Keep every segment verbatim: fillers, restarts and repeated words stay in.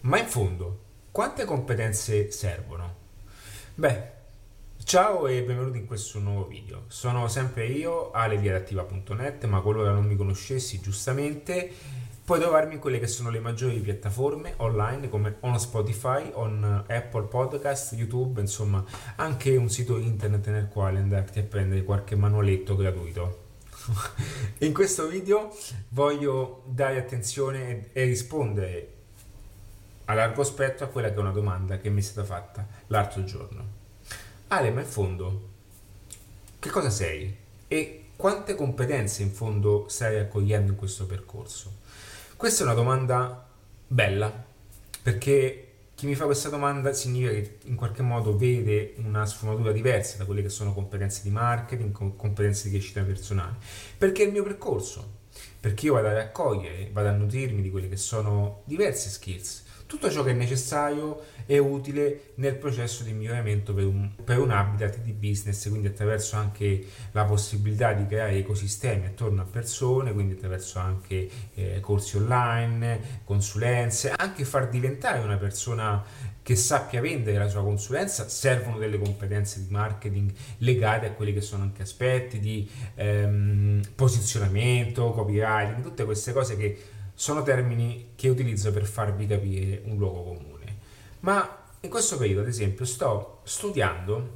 Ma in fondo, quante competenze servono? Beh, ciao e benvenuti in questo nuovo video. Sono sempre io, ale di adattiva punto net, ma qualora non mi conoscessi giustamente, puoi trovarmi in quelle che sono le maggiori piattaforme online come on Spotify, on Apple Podcast, YouTube, insomma, anche un sito internet nel quale andarti a prendere qualche manualetto gratuito. In questo video voglio dare attenzione e rispondere a largo spettro a quella che è una domanda che mi è stata fatta l'altro giorno. Ale, ma in fondo, che cosa sei? E quante competenze in fondo stai raccogliendo in questo percorso? Questa è una domanda bella, perché chi mi fa questa domanda significa che in qualche modo vede una sfumatura diversa da quelle che sono competenze di marketing, competenze di crescita personale. Perché è il mio percorso, perché io vado a raccogliere, vado a nutrirmi di quelle che sono diverse skills, tutto ciò che è necessario e utile nel processo di miglioramento per un, per un habitat di business, quindi attraverso anche la possibilità di creare ecosistemi attorno a persone, quindi attraverso anche eh, corsi online, consulenze, anche far diventare una persona che sappia vendere la sua consulenza. Servono delle competenze di marketing legate a quelli che sono anche aspetti di ehm, posizionamento, copywriting, tutte queste cose che sono termini che utilizzo per farvi capire un luogo comune. Ma in questo periodo, ad esempio, sto studiando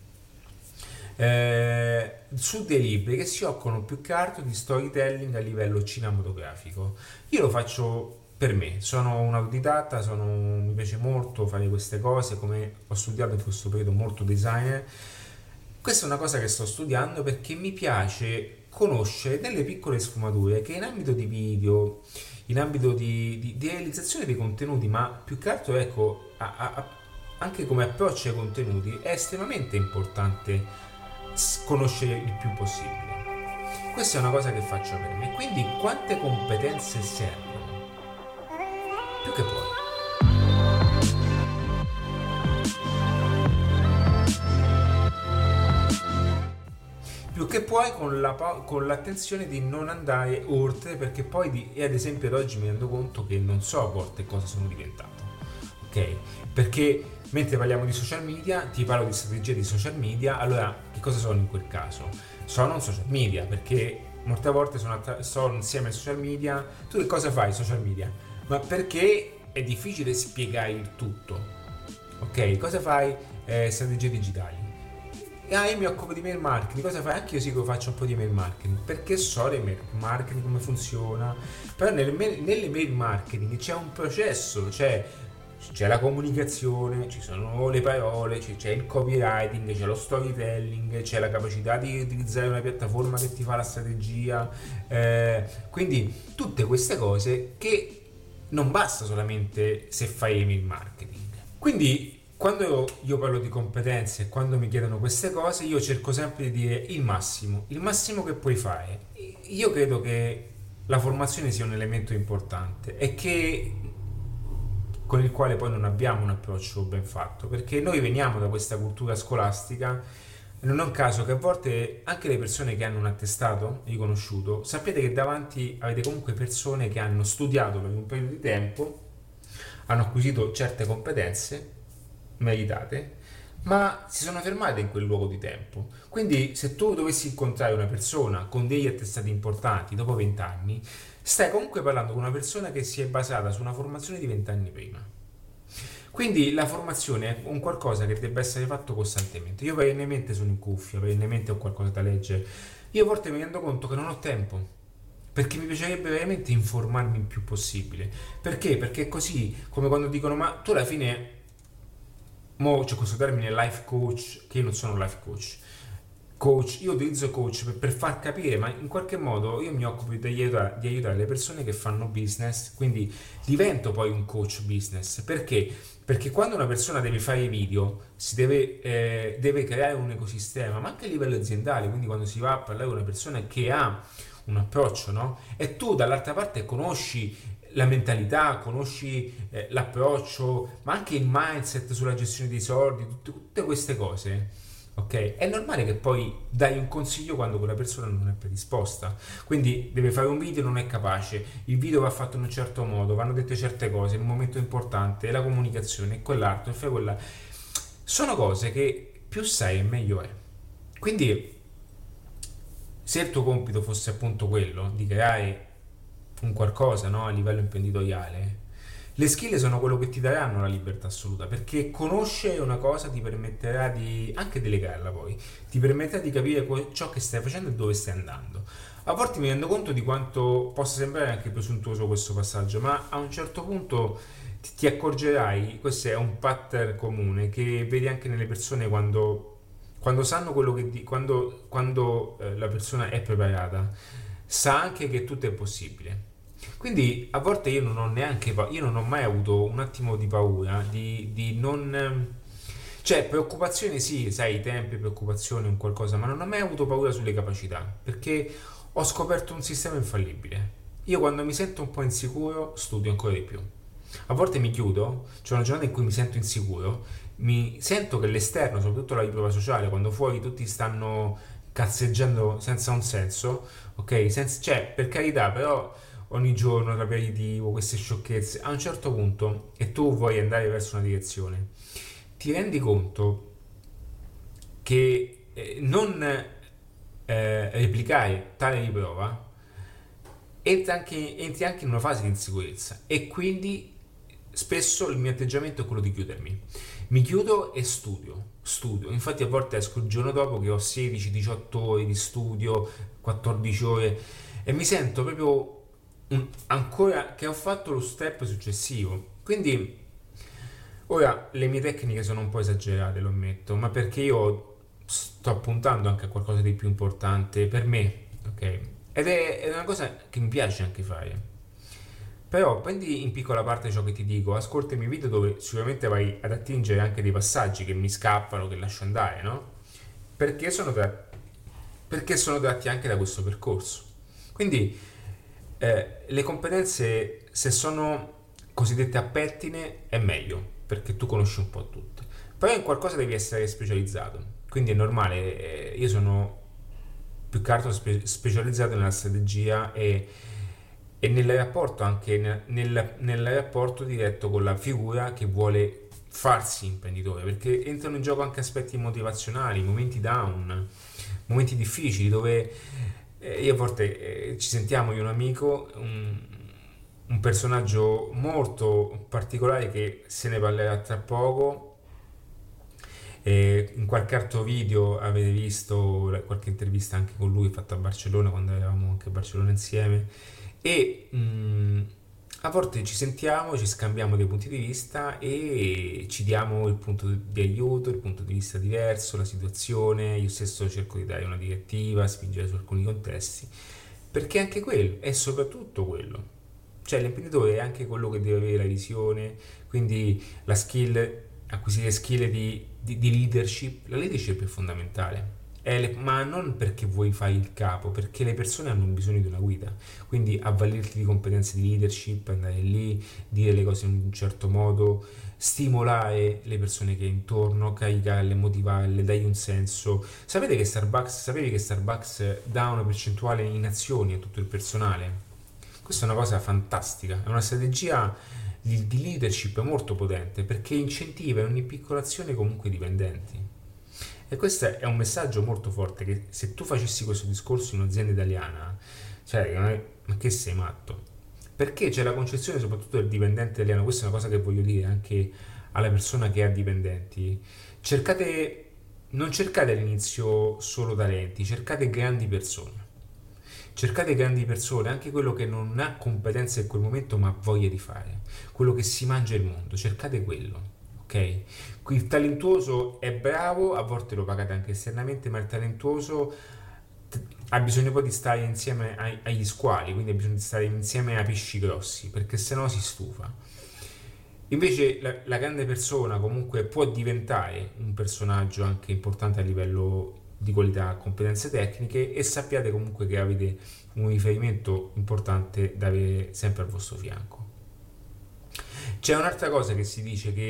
eh, su dei libri che si occupano più che altro di storytelling a livello cinematografico. Io lo faccio per me, sono un autodidatta, sono, mi piace molto fare queste cose, come ho studiato in questo periodo molto designer. Questa è una cosa che sto studiando perché mi piace conoscere delle piccole sfumature che in ambito di video, in ambito di, di, di realizzazione dei contenuti, ma più che altro ecco, a, a, a, anche come approccio ai contenuti, è estremamente importante conoscere il più possibile. Questa è una cosa che faccio per me. Quindi quante competenze servono? Più che puoi. Più che puoi con, la, con l'attenzione di non andare oltre, perché poi di, e ad esempio ad oggi mi rendo conto che non so a volte cosa sono diventato, ok? Perché mentre parliamo di social media ti parlo di strategia di social media. Allora che cosa sono in quel caso? Sono un social media perché molte volte sono, attra- sono insieme ai social media. Tu che cosa fai social media? Ma perché è difficile spiegare il tutto, ok? Cosa fai? Eh, strategie digitali. Ah, io mi occupo di mail marketing. Cosa fai? Anche io sì che faccio un po' di mail marketing, perché so di mail marketing come funziona. Però nelle mail, nelle mail marketing c'è un processo, c'è, c'è la comunicazione, ci sono le parole, c'è, c'è il copywriting, c'è lo storytelling, c'è la capacità di utilizzare una piattaforma che ti fa la strategia, eh, quindi tutte queste cose che non basta solamente se fai email marketing. Quindi quando io parlo di competenze e quando mi chiedono queste cose, io cerco sempre di dire il massimo, il massimo che puoi fare. Io credo che la formazione sia un elemento importante e che con il quale poi non abbiamo un approccio ben fatto, perché noi veniamo da questa cultura scolastica. Non è un caso che a volte anche le persone che hanno un attestato riconosciuto, sapete che davanti avete comunque persone che hanno studiato per un periodo di tempo, hanno acquisito certe competenze meritate, ma si sono fermate in quel luogo di tempo. Quindi se tu dovessi incontrare una persona con degli attestati importanti dopo venti anni, stai comunque parlando con una persona che si è basata su una formazione di venti anni prima. Quindi la formazione è un qualcosa che deve essere fatto costantemente. Io perennemente sono in cuffia, perennemente ho qualcosa da leggere. Io a volte mi rendo conto che non ho tempo, perché mi piacerebbe veramente informarmi il più possibile. Perché? Perché è così, come quando dicono ma tu alla fine, mo c'è questo termine life coach, che io non sono life coach. Coach, io utilizzo coach per, per far capire, ma in qualche modo io mi occupo di aiutare, di aiutare le persone che fanno business, quindi divento poi un coach business. Perché? Perché quando una persona deve fare video, si deve, eh, deve creare un ecosistema, ma anche a livello aziendale, quindi quando si va a parlare con una persona che ha un approccio, no? E tu dall'altra parte conosci la mentalità, conosci eh, l'approccio, ma anche il mindset sulla gestione dei soldi, tutte, tutte queste cose. ok? È normale che poi dai un consiglio quando quella persona non è predisposta. Quindi deve fare un video, non è capace, il video va fatto in un certo modo, vanno dette certe cose in un momento importante, la comunicazione, e quell'altro, e fai quella. Sono cose che più sai e meglio è. Quindi se il tuo compito fosse appunto quello di creare un qualcosa, no, a livello imprenditoriale, le skill sono quello che ti daranno la libertà assoluta, perché conoscere una cosa ti permetterà di anche delegarla, poi ti permetterà di capire que- ciò che stai facendo e dove stai andando. A volte mi rendo conto di quanto possa sembrare anche presuntuoso questo passaggio, ma a un certo punto ti ti accorgerai, questo è un pattern comune che vedi anche nelle persone quando, quando sanno quello che di, quando, quando eh, la persona è preparata, sa anche che tutto è possibile. Quindi a volte io non ho neanche pa- io non ho mai avuto un attimo di paura di, di non ehm, cioè preoccupazione sì, sai, i tempi, preoccupazione, un qualcosa, ma non ho mai avuto paura sulle capacità, perché ho scoperto un sistema infallibile. Io quando mi sento un po' insicuro studio ancora di più. A volte mi chiudo, c'è una giornata in cui mi sento insicuro, mi sento che l'esterno, soprattutto la riprova sociale, quando fuori tutti stanno cazzeggiando senza un senso, ok? Senza, cioè, per carità, però ogni giorno l'aperitivo, queste sciocchezze, a un certo punto, e tu vuoi andare verso una direzione, ti rendi conto che eh, non eh, replicare tale riprova entri anche, entri anche in una fase di insicurezza e quindi spesso il mio atteggiamento è quello di chiudermi. Mi chiudo e studio, studio. Infatti a volte esco il giorno dopo che ho sedici diciotto ore di studio, quattordici ore e mi sento proprio un- ancora che ho fatto lo step successivo. Quindi ora le mie tecniche sono un po' esagerate, lo ammetto, ma perché io sto puntando anche a qualcosa di più importante per me, ok? Ed è, è una cosa che mi piace anche fare. Però prendi in piccola parte ciò che ti dico, ascolta i miei video dove sicuramente vai ad attingere anche dei passaggi che mi scappano, che lascio andare, no? Perché sono, tra- perché sono tratti anche da questo percorso. Quindi eh, le competenze, se sono cosiddette a pettine, è meglio, perché tu conosci un po' tutte. Però in qualcosa devi essere specializzato. Quindi è normale, eh, io sono più che altro spe- specializzato nella strategia e, e nel rapporto anche nel, nel- nel rapporto diretto con la figura che vuole farsi imprenditore, perché entrano in gioco anche aspetti motivazionali, momenti down, momenti difficili dove eh, io a volte eh, ci sentiamo io e un amico, un, un personaggio molto particolare che se ne parlerà tra poco. E in qualche altro video avete visto la- qualche intervista anche con lui fatta a Barcellona quando eravamo anche a Barcellona insieme e mh, a volte ci sentiamo, ci scambiamo dei punti di vista e ci diamo il punto di aiuto, il punto di vista diverso, la situazione, io stesso cerco di dare una direttiva, spingere su alcuni contesti, perché anche quello è soprattutto quello. Cioè l'imprenditore è anche quello che deve avere la visione, quindi la skill, acquisire skill di, di- di leadership. La leadership è fondamentale, È le- ma non perché vuoi fare il capo, perché le persone hanno bisogno di una guida. Quindi avvalerti di competenze di leadership, andare lì, dire le cose in un certo modo, stimolare le persone che hai intorno, caricarle, motivarle, dargli un senso. Sapete che Starbucks, sapevi che Starbucks dà una percentuale in azioni a tutto il personale? Questa è una cosa fantastica, è una strategia di, di leadership molto potente perché incentiva in ogni piccola azione comunque i dipendenti. E questo è un messaggio molto forte che se tu facessi questo discorso in un'azienda italiana, cioè, non è- ma che sei matto? Perché c'è la concezione soprattutto del dipendente italiano, questa è una cosa che voglio dire anche alla persona che ha dipendenti, cercate, non cercate all'inizio solo talenti, cercate grandi persone. Cercate grandi persone, anche quello che non ha competenze in quel momento ma ha voglia di fare, quello che si mangia il mondo, cercate quello, ok? Qui il talentuoso è bravo, a volte lo pagate anche esternamente, ma il talentuoso t- ha bisogno poi di stare insieme ai- agli squali, quindi ha bisogno di stare insieme ai pesci grossi, perché sennò si stufa. Invece la, la grande persona comunque può diventare un personaggio anche importante a livello di qualità, competenze tecniche e sappiate comunque che avete un riferimento importante da avere sempre al vostro fianco. C'è un'altra cosa che si dice che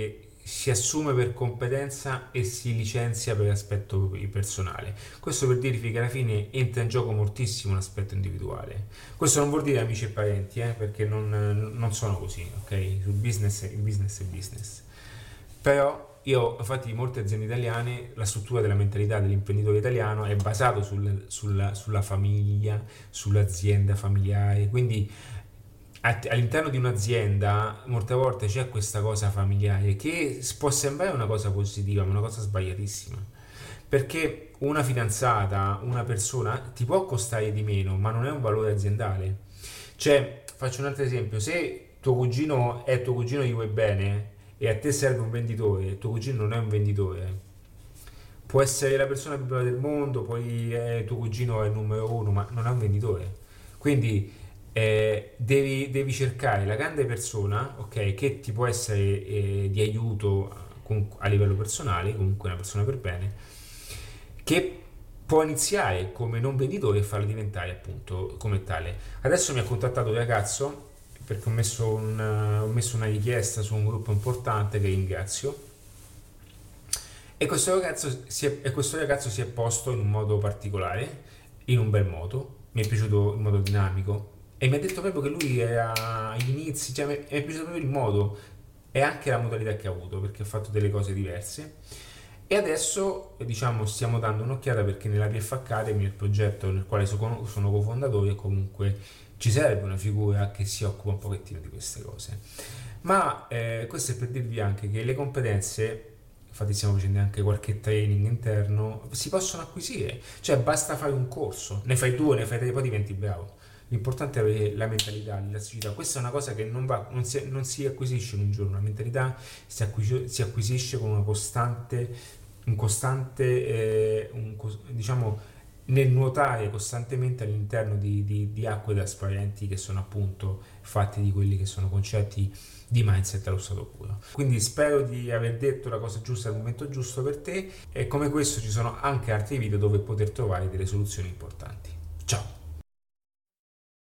si assume per competenza e si licenzia per aspetto personale. Questo per dirvi che alla fine entra in gioco moltissimo l'aspetto individuale. Questo non vuol dire amici e parenti, eh, perché non, non sono così, ok? Sul business, il business è business. Però io, infatti, molte aziende italiane, la struttura della mentalità dell'imprenditore italiano è basato sul- sulla, sulla famiglia, sull'azienda familiare, quindi all'interno di un'azienda molte volte c'è questa cosa familiare che può sembrare una cosa positiva, ma è una cosa sbagliatissima. Perché una fidanzata, una persona ti può costare di meno, ma non è un valore aziendale. Cioè, faccio un altro esempio: se tuo cugino è tuo cugino, gli vuoi bene e a te serve un venditore, e tuo cugino non è un venditore, può essere la persona più brava del mondo, poi eh, tuo cugino è il numero uno, ma non è un venditore. Quindi eh, devi, devi cercare la grande persona, ok, che ti può essere eh, di aiuto a comunque a livello personale, comunque una persona per bene, che può iniziare come non venditore e farlo diventare appunto come tale. Adesso mi ha contattato un ragazzo perché ho messo, un, ho messo una richiesta su un gruppo importante che ringrazio, e questo ragazzo si è, e questo ragazzo si è posto in un modo particolare, in un bel modo, mi è piaciuto il modo dinamico e mi ha detto proprio che lui era agli inizi, cioè mi è mi è piaciuto proprio il modo e anche la modalità che ha avuto perché ha fatto delle cose diverse. E adesso diciamo stiamo dando un'occhiata perché nella P F Academy, il progetto nel quale sono, sono cofondatore, comunque ci serve una figura che si occupa un pochettino di queste cose. Ma eh, questo è per dirvi anche che le competenze, infatti stiamo facendo anche qualche training interno, si possono acquisire, cioè basta fare un corso, ne fai due, ne fai tre, poi diventi bravo. L'importante è avere la mentalità, l'elasticità. Questa è una cosa che non, va, non, si, non si acquisisce in un giorno, la mentalità si, acquis- si acquisisce con una costante, un costante, eh, un cos- diciamo, nel nuotare costantemente all'interno di, di, di acque trasparenti che sono appunto fatti di quelli che sono concetti di mindset allo stato puro. Quindi spero di aver detto la cosa giusta al momento giusto per te, e come questo ci sono anche altri video dove poter trovare delle soluzioni importanti.